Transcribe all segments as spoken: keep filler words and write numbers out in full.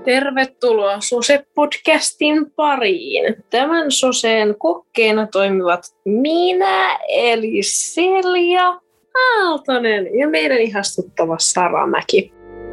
Tervetuloa Sose-podcastin pariin. Tämän Soseen kokkeena toimivat minä, eli Selja Aaltonen ja meidän ihastuttava Sara Mäki.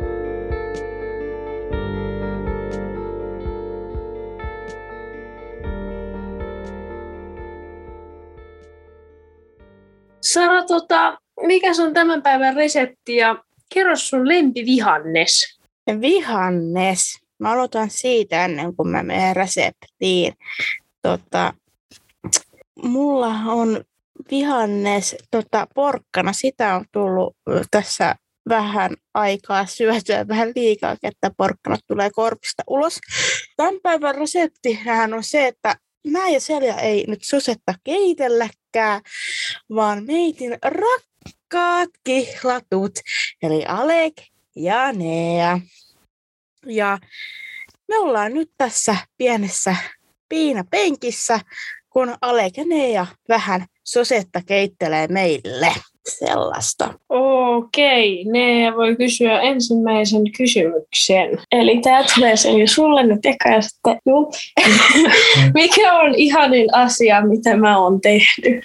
Sara, tota, mikä on tämän päivän resepti ja kerro sun lempivihannes? Vihannes. Mä aloitan siitä ennen kuin mä menen reseptiin. Tota, mulla on vihannes tota, porkkana. Sitä on tullut tässä vähän aikaa syötyä, vähän liikaa, että porkkanat tulee korpista ulos. Tämän päivän reseptihän on se, että mä ja Selja ei nyt sosetta keitelläkään, vaan meitin rakkaat kihlatut, eli Alek ja Nea. Ja me ollaan nyt tässä pienessä piinapenkissä, kun Alek ja Nea vähän sosetta keittelee meille sellaista. Okei, Nea voi kysyä ensimmäisen kysymyksen. Eli tää tulee sen sulle nyt eka ja sitten juu. Mikä on ihanin asia, mitä mä oon tehnyt?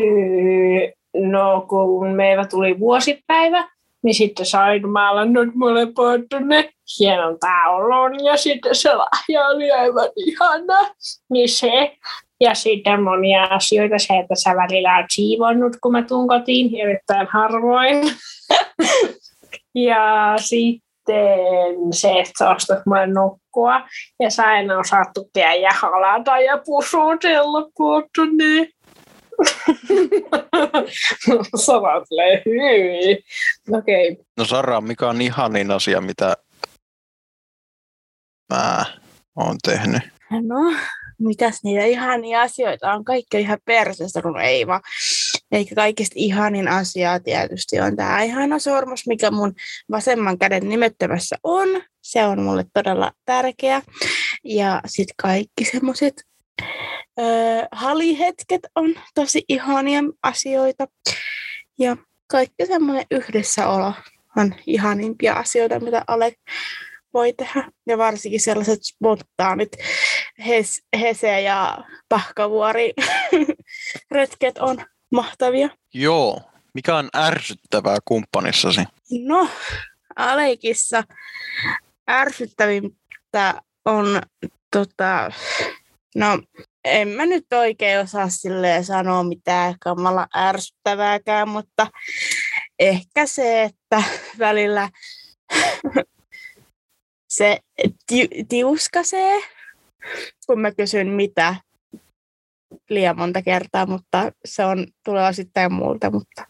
No, kun meillä tuli vuosipäivä, niin sitten sain maalannut mulle tuonne hienon taulun ja sitten se lahja oli aivan ihana. Niin se. Ja sitten monia asioita, se, että sä välillä oot siivonnut, kun mä tuun kotiin, erittäin harvoin. Ja sitten se, että sä ostat mulle nukkua ja sä aina osaat tukea ja halata ja pusuutella tuonne. Sara tulee hyvin. Okei. Okay. No Sara, mikä on ihanin asia, mitä mä oon tehnyt? No, mitäs niitä ihania asioita on? Kaikki ihan perseestä, kun ei vaan. Eikä kaikista ihanin asiaa tietysti on tämä ihana sormus, mikä mun vasemman käden nimettömässä on. Se on mulle todella tärkeä. Ja sitten kaikki semmoiset Öö, halihetket on tosi ihania asioita ja kaikki semmoinen yhdessäolo on ihanimpia asioita, mitä Alek voi tehdä. Ja varsinkin sellaiset spontaanit hes, Hese- ja Pahkavuori-retket on mahtavia. Joo. Mikä on ärsyttävää kumppanissasi? No, Alekissa ärsyttävintä on tota... No, en mä nyt oikein osaa silleen sanoa mitään kamala ärsyttävääkään, mutta ehkä se, että välillä se ti- tiuskasee, kun mä kysyn mitä liian monta kertaa, mutta se on, tulee osittain muulta, mutta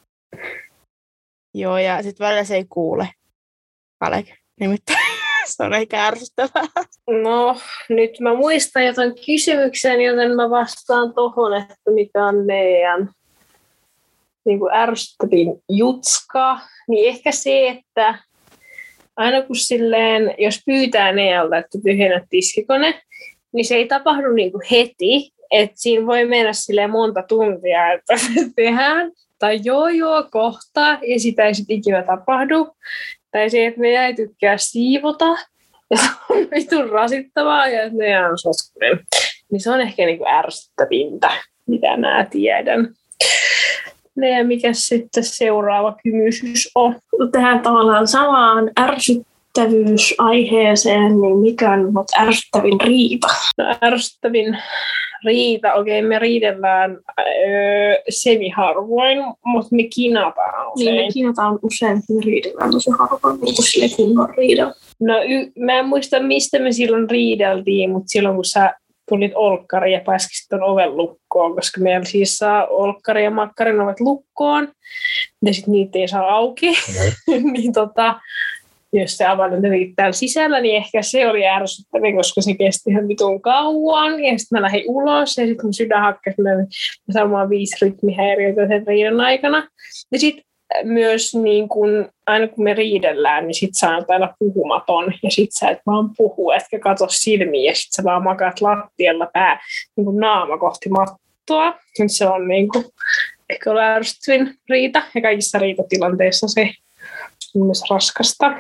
joo, ja sitten välillä se ei kuule. Alek, nimittäin. Se on ehkä ärsyttävää. No, nyt mä muistan jotain kysymyksen, joten mä vastaan tohon, että mikä on meidän niin kuin ärsyttävin jutska. Niin ehkä se, että aina kun silleen, jos pyytää Nealta, että tyhjennä tiskikone, niin se ei tapahdu niin kuin heti. Että siinä voi mennä silleen monta tuntia, että se tehdään. Tai joo joo kohta, ja sitä ei sitten ikinä tapahdu. Tai se, että ne ei tykkää siivota, ja se on vitun rasittavaa, ja että ne on soskunen. Niin se on ehkä niinku ärsyttävintä, mitä mä tiedän. Ja mikä sitten seuraava kysymys on? Tähän tavallaan samaan ärsyttävyysaiheeseen, niin mikä on ärsyttävin riita? No, ärsyttävin riita, okei, okay, me riidellään öö, semi-harvoin, mutta me kinataan usein. Niin, me kinataan usein, me riidellään tosi harvoin, niin kuin sille kunnon riidellä. No, y- mä en muista, mistä me silloin riideltiin, mutta silloin kun sä tulit olkkari ja pääskisit ton oven lukkoon, koska meillä siis saa olkkari ja makkarin ovet lukkoon, ja sitten niitä ei saa auki, niin tota... Jos se avannut täällä sisällä, niin ehkä se oli ärsyttävä, koska se kesti ihan vitun kauan. Ja sitten mä lähdin ulos ja sitten mun sydän hakkasi saamaan viisi rytmihäiriöitä sen riidan aikana. Ja sitten myös niin kun, aina kun me riidellään, niin sit sä oot aina puhumaton. Ja sit sä et vaan puhu, etkä katso silmiin. Ja sit sä vaan makaat lattialla pää niin kun naama kohti mattoa. Nyt se on niin kun, ehkä ollut ärsyttävin riita. Ja kaikissa riitatilanteissa se on myös raskasta.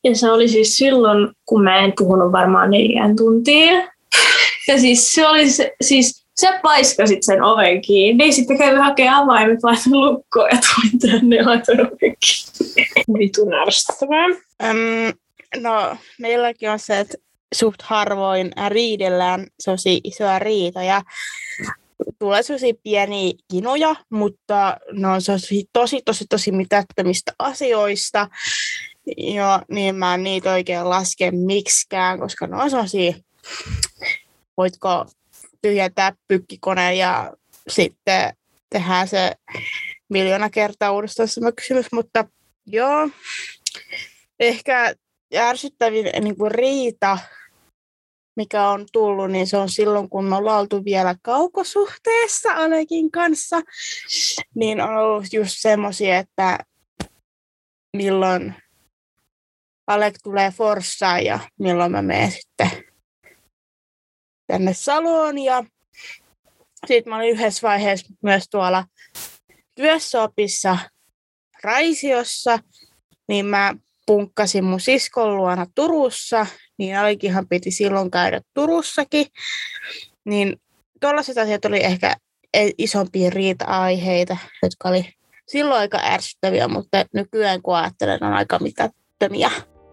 Ja se oli siis silloin, kun mä en puhunut varmaan neljään tuntiin. Ja siis se oli se, siis sä paiskasit sen oven kiinni, sitten kävi hakemaan avaimet, laitoin lukkoon ja tulin tänne ja laitoin oven kiinni. Vitun ärsyttävää. Öm, no, meilläkin on se, että suht harvoin riidellään sellaisia isoja riitoja. Tulee sellaisia pieniä kinoja, mutta ne on sellaisia tosi, tosi, tosi mitättömistä asioista. Ja niin mä en niitä oikein laske miksikään, koska ne on sellaisia, voitko tyhjentää pykkikoneen ja sitten tehdään se miljoona kertaa uudestaan sama kysymys, mutta joo, ehkä ärsyttävin niin kuin riita, mikä on tullut, niin se on silloin, kun me ollaan oltu vielä kaukosuhteessa Alekin kanssa, niin on ollut just semmoisia, että milloin Alek tulee Forssaan ja milloin mä menen sitten tänne Saloon. Ja sitten mä olin yhdessä vaiheessa myös tuolla työssäopissa Raisiossa, niin mä punkkasin mun siskon luona Turussa, niin Alekinhan piti silloin käydä Turussakin. Niin tuollaiset asiat oli ehkä isompia riita-aiheita, jotka oli silloin aika ärsyttäviä, mutta nykyään kun ajattelen, on aika mitättömiä.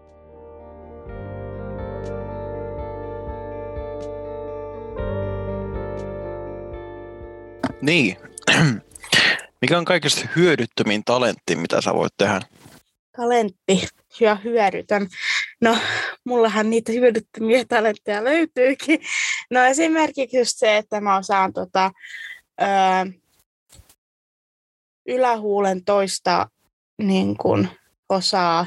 Niin. Mikä on kaikista hyödyttömin talentti, mitä sä voit tehdä? Talentti ja hyödytön. No, mullahan niitä hyödyttömiä talentteja löytyykin. No esimerkiksi just se, että mä osaan tota, öö, ylähuulen toista niin kun osaa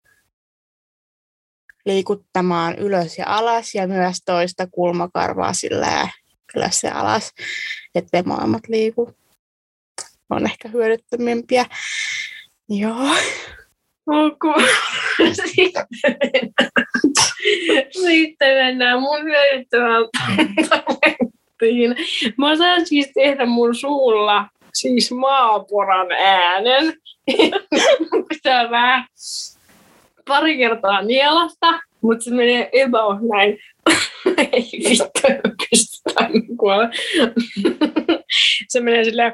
liikuttamaan ylös ja alas ja myös toista kulmakarvaa sillä ylös ja alas, ettei molemmat liiku. On ehkä hyödyttömimpiä. Joo. Okay. Sitten mennään. Sitten mennään mun hyödyttävään talenttiin. Mä osaan siis tehdä mun suulla siis maaporan äänen. Pitää vähän pari kertaa nielasta, mutta se menee about näin. Ei vittu, pystytään kuolla. Se menee silleen.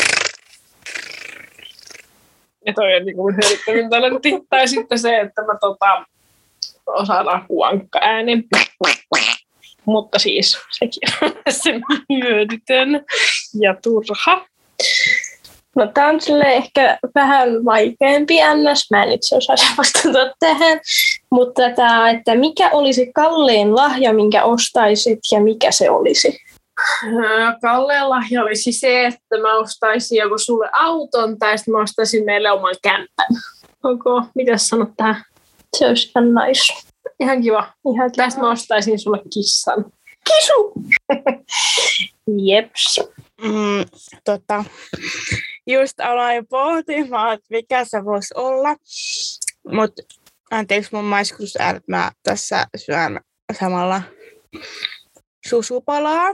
Ja toi on niinku hyödyttävin talentti. Tai sitten se, että mä tota, osaan akuankka-äänen. Mutta siis sekin on se hyödytön ja turha. No tää on silleen ehkä vähän vaikeampi ns. Mä en itse osaisi vastata tähän. Mutta tää, että mikä olisi kallein lahja, minkä ostaisit ja mikä se olisi? Kalleen lahja olisi se, että mä ostaisin joku sulle auton tai sitten mä ostaisin meille oman kämpän. Onko? Mitäs sanot tähän? Se olisi ihan nice. Ihan kiva. Ihan tästä mä ostaisin sulle kissan. Kisu! Jeps. Mm, tota, just aloin pohtimaan, että mikä se voisi olla. Mutta anteeksi mun maiskutusäänet, mä tässä syön samalla susupalaa.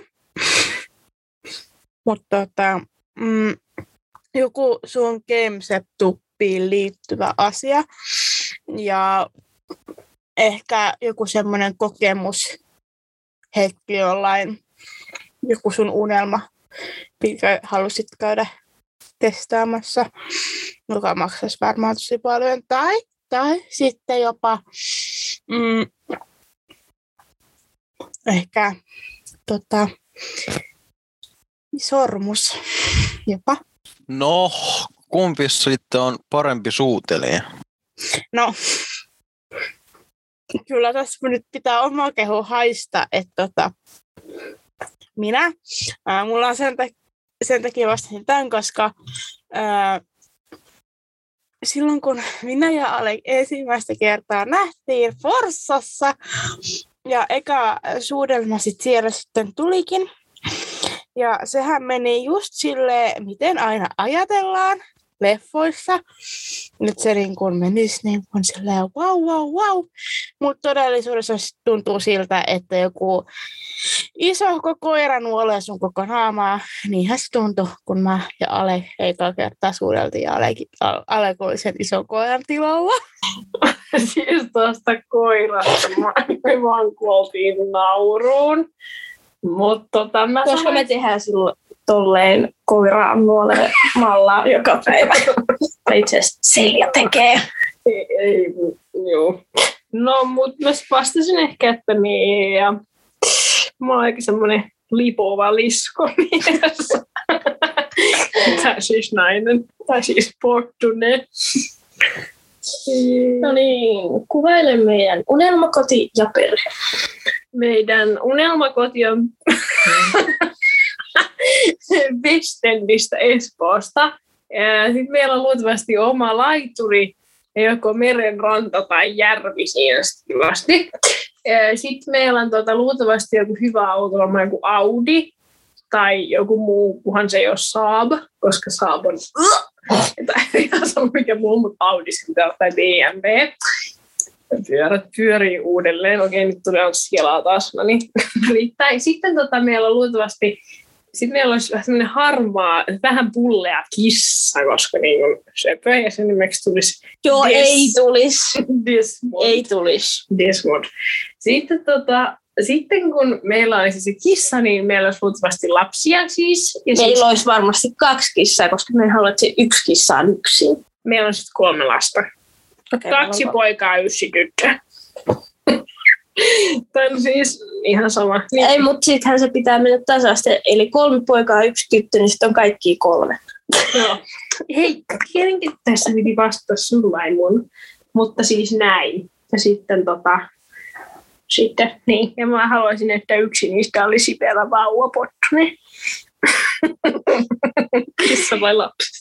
Mutta tota, mm, joku sun GameSet-tuppiin liittyvä asia ja ehkä joku semmoinen kokemus hetki jollain, joku sun unelma, minkä halusit käydä testaamassa, joka maksaisi varmaan tosi paljon. Tai, tai sitten jopa mm, ehkä tota, sormus jopa. No, kumpi sitten on parempi suutelija? No, kyllä tässä nyt pitää omaa kehu haista, että tota, minä, ää, mulla on sen, tak- sen takia vastasin tämän, koska ää, silloin kun minä ja Alek ensimmäistä kertaa nähtiin Forssassa ja eka suudelma sit siellä sitten tulikin, ja sehän meni just silleen, miten aina ajatellaan leffoissa. Nyt se niin kuin menisi niin kuin silleen wow, wow, wow. Mutta todellisuudessa tuntuu siltä, että joku iso koko koira nuolee sun koko naamaa. Niinhän se tuntui, kun mä ja Ale ekaa kertaa suudeltiin ja Alek, Alek oli sen ison koiran tilalla. siis tuosta koirasta me vaan kuoltiin nauruun. Mutta tota, mä Koska sanoin, me tehdään silloin tolleen koiraan nuolemalla joka päivä. Tai itse asiassa Selja tekee. ei, ei, joo. No, mutta mä vastasin ehkä, että niin. Ja mä oon aika semmonen lipova liskomies. Tai siis nainen. Tai siis porttune. No niin, kuvaile meidän unelmakoti ja perhe. Meidän unelmakoti on Westendistä Espoosta. Sitten meillä on luultavasti oma laituri, joko merenranta tai järvi siinä kivasti. Sitten meillä on tuota, luultavasti joku hyvä auto, joku Audi tai joku muu, kunhan se ei ole Saab, koska Saab on tai ihan sama mikä muu, mutta Audi tai B M W. Pyörät pyörii uudelleen. Okei, nyt tulee Anssi-kelaa taas. No niin, riittää. Sitten tota, meillä on luultavasti, sitten meillä olisi vähän sellainen harmaa, vähän pullea kissa, koska niin söpö, ja sen nimeksi tulisi Joo, Des, ei tulisi. Desmond. Ei tulisi. Desmond. Sitten, tota, sitten kun meillä olisi se kissa, niin meillä olisi luultavasti lapsia siis. Ja Meillä siis, olisi varmasti kaksi kissaa, koska me haluamme, että se yksi kissa on yksin. meillä on sitten kolme lasta. Okay, Kaksi poikaa, yksi tyttö. Tämä on siis ihan sama. Niin. Ei, mutta sittenhän se pitää mennä tasaisesti. Eli kolme poikaa, yksi tyttö, niin sitten on kaikki kolme. Joo. Hei, tietenkin tässä piti vastata sullain mun, mutta siis näin. Ja sitten tota, sitten, niin. Ja mä haluaisin, että yksi niistä olisi vielä vauvapottunen. Kissa vai lapsi?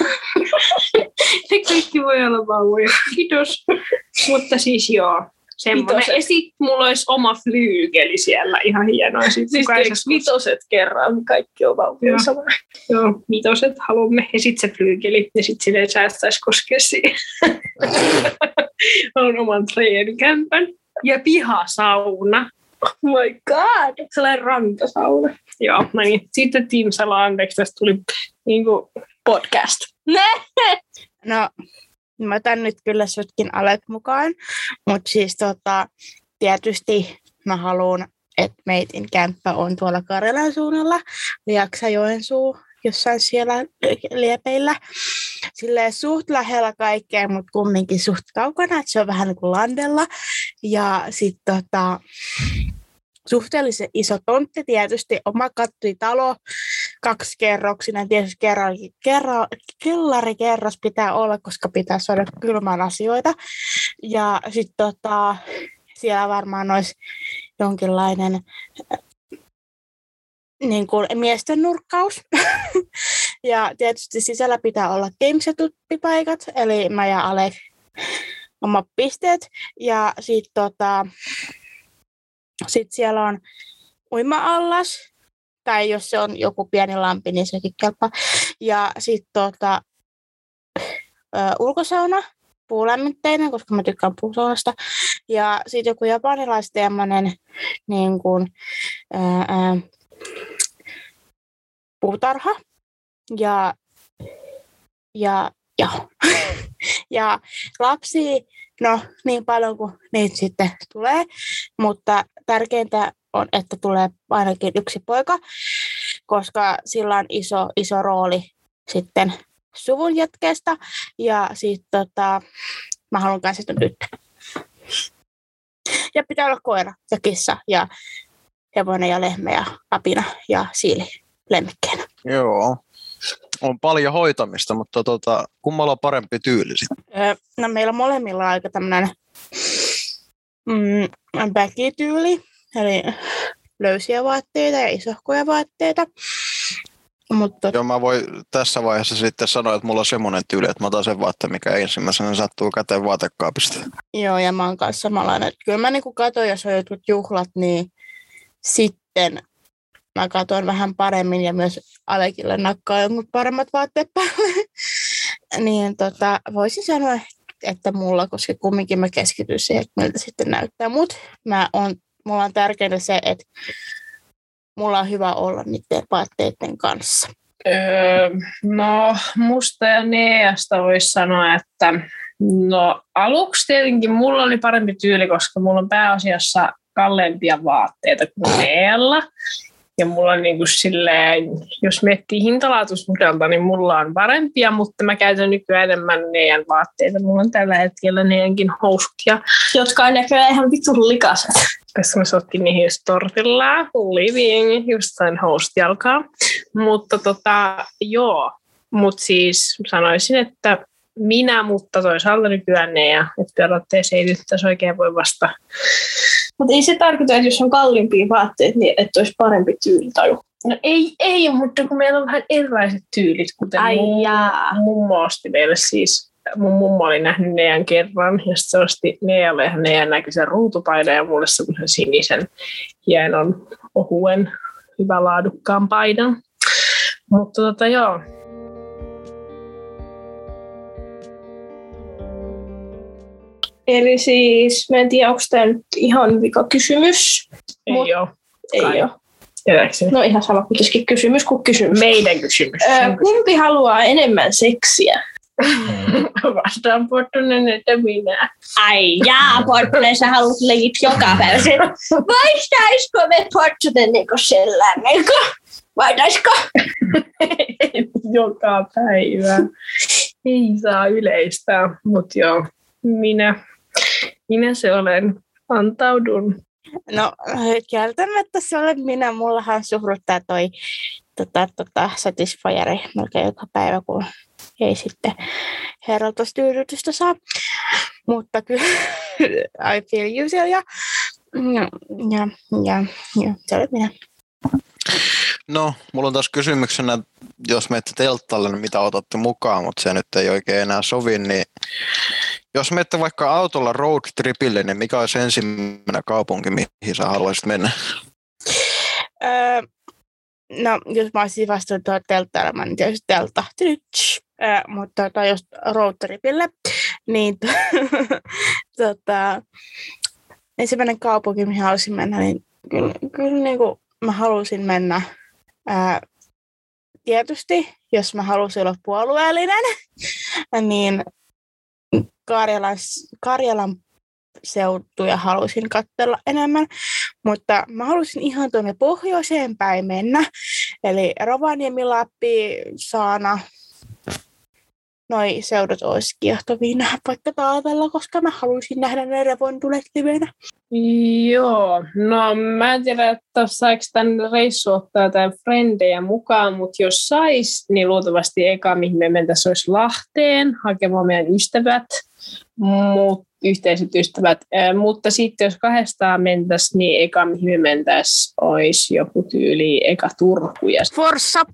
Ne kaikki voi olla vauvoja. Kiitos. Mutta siis joo. Semmoinen. Ja sit mulla olisi oma flyygeli siellä. Ihan hienoa. Siis vitoset kerran, kaikki on vauvoja sama. Joo, vitoset haluamme. Ja sit se flyygeli. Ja sit sinne säästäisi koskea siihen. Haluan oman treenikämpän. Ja pihasauna. Oh my god, sellainen rantasauna. Joo, no niin. Sitten Team Sala, anteeksi, tästä tuli niinku Podcast. No, mä otan nyt kyllä sutkin Alek mukaan, mutta siis tota, tietysti mä haluan, että meitin kämppä on tuolla Karjalan suunnalla, Liaksa, Joensuu, jossain siellä liepeillä. Silleen suht lähellä kaikkea, mutta kumminkin suht kaukana, että se on vähän niin kuin landella. Ja sitten tota, suhteellisen iso tontti tietysti, oma kattitalo, kaksikerroksinen, tietysti kerrari, kerro, kellarikerros pitää olla, koska pitää saada kylmän asioita. Ja sitten tota, siellä varmaan olisi jonkinlainen niin kuin miesten nurkkaus. Ja tietysti sisällä pitää olla games- ja tuppipaikat, eli mä ja Alek omat pisteet. Ja sitten tota, sit siellä on uima-allas, tai jos se on joku pieni lampi, niin sekin kelpaa. Ja sitten tota, ulkosauna, puulämmitteinen, koska mä tykkään puusaunasta. Ja sitten joku japanilaisteemainen niin kuin, ää, ää, puutarha. Ja, ja, ja. ja lapsia, no niin paljon kuin niitä sitten tulee, mutta tärkeintä on, että tulee ainakin yksi poika, koska sillä on iso, iso rooli sitten suvun jatkeesta. Ja sitten tota, mä haluan myös, että on tyttö. Ja pitää olla koira ja kissa ja hevonen ja lehmä ja apina ja siili lemmikkeinä. Joo. On paljon hoitamista, mutta tota, kummalla on parempi tyyli sitten? Öö, no meillä molemmilla on aika tämmöinen mm, baggy-tyyli, eli löysiä vaatteita ja isohkoja vaatteita. Mutta Joo, mä voin tässä vaiheessa sitten sanoa, että mulla on semmoinen tyyli, että mä otan sen vaatteen, mikä ensimmäisenä sattuu käteen vaatekaapista. Joo, ja mä oon kanssa samanlainen. Kyllä mä niinku katon, jos on jotkut juhlat, niin sitten mä katon vähän paremmin ja myös Alekille nakkaa jonkun paremmat vaatteet päälle. niin tota, voisin sanoa, että mulla, koska kumminkin mä keskityn siihen, että miltä sitten näyttää. Mutta mulla on tärkeintä se, että mulla on hyvä olla niiden vaatteiden kanssa. Öö, no, musta ja Neasta voisi sanoa, että No aluksi tietenkin mulla oli parempi tyyli, koska mulla on pääasiassa kalleimpia vaatteita kuin Neella. Ja mulla on niin kuin silleen, jos miettii hintalaatusmudelta, niin mulla on parempia, mutta mä käytän nykyään enemmän Nean vaatteita. Mulla on tällä hetkellä Neankin housut. Ja jotka on näköjään ihan vitun likaset. koska mä sotkin niihin just tortillaa, living, just sain housut jalkaa. Mutta tota, joo. Mutta siis sanoisin, että minä, mutta toisaalta nykyään Nea. Että periaatteessa ei nyt tässä oikein voi vasta. Mutta ei se tarkoita, että jos on kalliimpia vaatteet, niin että olisi parempi tyylitaju. No ei, ei, mutta kun meillä on vähän erilaiset tyylit, kuten Ai mun, jaa. mummo osti meille siis. Mun mummo oli nähnyt Nean kerran, ja sitten se osti Nealle ihan Nean näköisen ruutupaidan ja mulle semmoisen sinisen, hienon, ohuen, hyvä laadukkaan paidan. Mutta tota joo. Eli siis, mä en tiedä, onko tämä nyt ihan vika kysymys. Ei Mut- ole. Ei ole. Tiedäkseni. No ihan sama kuitenkin kysymys kuin kysymys. Meidän kysymys. Öö, kumpi haluaa enemmän seksiä? Vastaan Porttunen, että minä. Ai jaa, Porttunen, sä haluat legit joka päivä. Vaihtaisiko me Porttunen niinku sellainen? Vaihtaisiko? Joka päivä. Ei saa yleistää, mutta joo, minä, minä se olen. Antaudun. No, kieltämättä se olen minä. Mullahan suhruttaa toi tota, tota, Satisfyeri melkein joka päivä, kun ei sitten herrotustyydytystä saa. Mutta kyllä, I feel you siellä. Ja, ja, ja, ja, ja se olet minä. No, mulla on taas kysymyksenä, jos menette telttalle, niin mitä otatte mukaan, mutta se nyt ei oikein enää sovi, niin jos menette vaikka autolla road tripille, niin mikä olisi ensimmäinen kaupunki, mihin sä haluaisit mennä? Öö, no, jos mä olisin vastannut tuohon telttailla, niin tietysti teltta. Öö, mutta tota, jos road tripille, niin tota, ensimmäinen kaupunki, mihin haluaisin mennä, niin kyllä, kyllä niin kuin mä haluaisin mennä ää, tietysti, jos mä haluaisin olla puolueellinen, niin Karjalan, Karjalan seutuja haluaisin katsella enemmän, mutta mä haluaisin ihan tuonne pohjoiseen päin mennä, eli Rovaniemi, Lappi, Saana, noi seudut olisi kiehtovia nähdä vaikka talvella, koska mä haluaisin nähdä ne revontulet livenä. Joo, no mä en tiedä, että saiko tänne reissu ottaa jotain frendejä mukaan, mutta jos sais, niin luultavasti eka, mihin me mentäisiin, olisi Lahteen hakemaan meidän ystävät, mut, yhteiset ystävät, äh, mutta sitten jos kahdestaan mentäisiin, niin eka, mihin me mentäisiin, olisi joku tyyli eka Turku. Ja Forssa!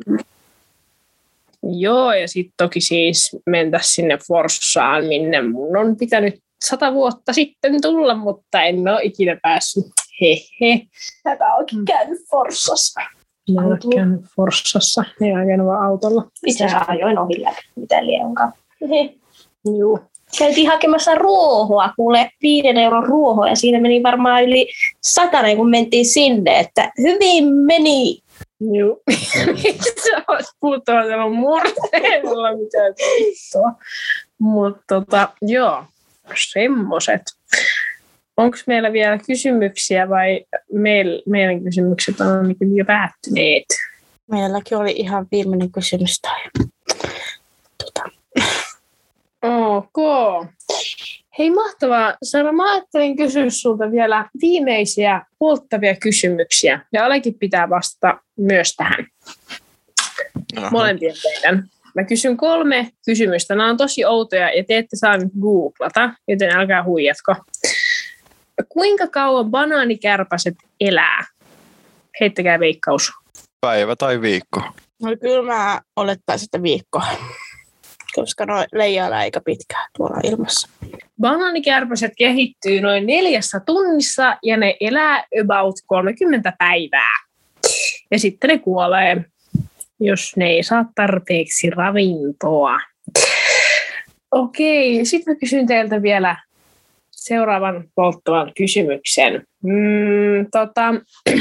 Joo, ja sitten toki siis mentäisiin sinne Forssaan, minne mun on pitänyt sata vuotta sitten tulla, mutta en ole ikinä päässyt. Hehe. Tätä onkin käynyt Forssassa. Mä en ole käynyt Forssassa, ei ajanut vaan autolla. Itse asiassa ajoin ohi läpi, mitä lienkaan. Joo. Käytiin hakemassa ruohoa, kuule viiden euron ruohoa, ja siinä meni varmaan yli satanen, kun mentiin sinne, että hyvin meni. Joo. Sä oot puuttua siellä murteella, mitä vittua. Mutta tota, joo, semmoset. Onko meillä vielä kysymyksiä vai meil, meidän kysymykset on ainakin jo päättyneet? Meilläkin oli ihan viimeinen kysymys tai tota. Ok. Hei mahtavaa. Sara, mä ajattelin kysyä sulta vielä viimeisiä polttavia kysymyksiä. Ja Alekin pitää vastata myös tähän. Aha. Molempien teidän. Mä kysyn kolme kysymystä. Nämä on tosi outoja ja te ette saa nyt googlata, joten älkää huijatko. Kuinka kauan banaanikärpäset elää? Heittäkää veikkaus. Päivä tai viikko. No kyllä mä olettaisin, että viikko, koska no leijailla aika pitkään tuolla ilmassa. Banaanikärpäset kehittyy noin neljässä tunnissa ja ne elää about kolmekymmentä päivää. Ja sitten ne kuolee, jos ne ei saa tarpeeksi ravintoa. Okei, sitten mä kysyn teiltä vielä seuraavan polttavan kysymyksen. Mm, tota,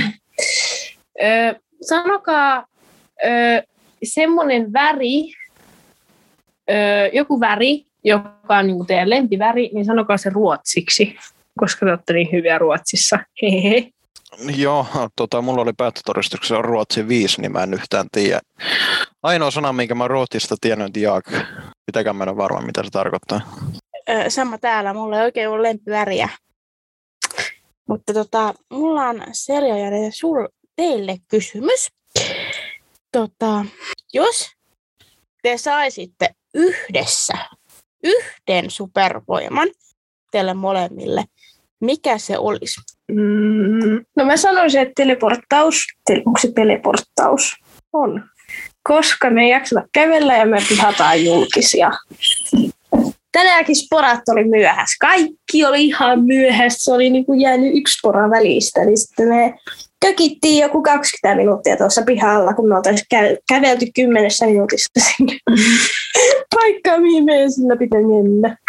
ö, sanokaa ö, semmoinen väri, ö, joku väri, joka on niin kuin teidän lempiväri, niin sanokaa se ruotsiksi, koska te olette niin hyviä Ruotsissa. Hehehe. Joo, tota, mulla oli päättötodistuksessa on Ruotsi viisi, niin mä en yhtään tiedä. Ainoa sana, minkä mä Ruotsista tiedän, on jag. Pitäkään mä en ole varma, mitä se tarkoittaa. Öö, sama täällä, mulla ei oikein ole lempiväriä. Mutta tota, mulla on Serja ja sul, teille kysymys. Tota, jos te saisitte yhdessä yhden supervoiman teille molemmille, mikä se olisi? Mm, no mä sanoisin, että teleporttaus. Onko se teleporttaus? On. Koska me ei jakseta kävellä ja me pihataan julkisia. Tänäänkin sporat oli myöhässä. Kaikki oli ihan myöhässä. Se oli niin kuin jäänyt yksi pora välistä. Niin sitten me kökittiin joku kaksikymmentä minuuttia tuossa pihalla, kun me oltaisiin kä- kävelty kymmenessä minuutissa sinne paikkaan, mihin meidän sillä pitää mennä.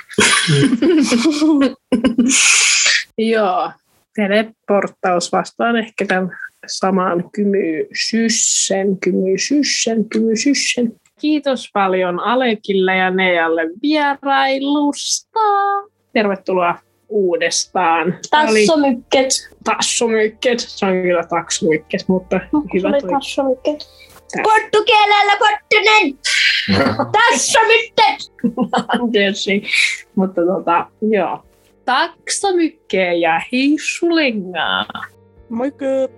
Joo, teleporttaus vastaan ehkä tämän saman kymysyssen, kymysyssen, kymysyssen. Kiitos paljon Alekille ja Nealle vierailusta. Tervetuloa uudestaan. Tassomykket. Tassomykket. Se on kyllä taksomykket, mutta hyvä toi. Tassomykket. Portukielellä portunen. Tassomykket. Anteeksi. Mutta tota, joo. Taksomykkejä ja hissulengaa. Moikka!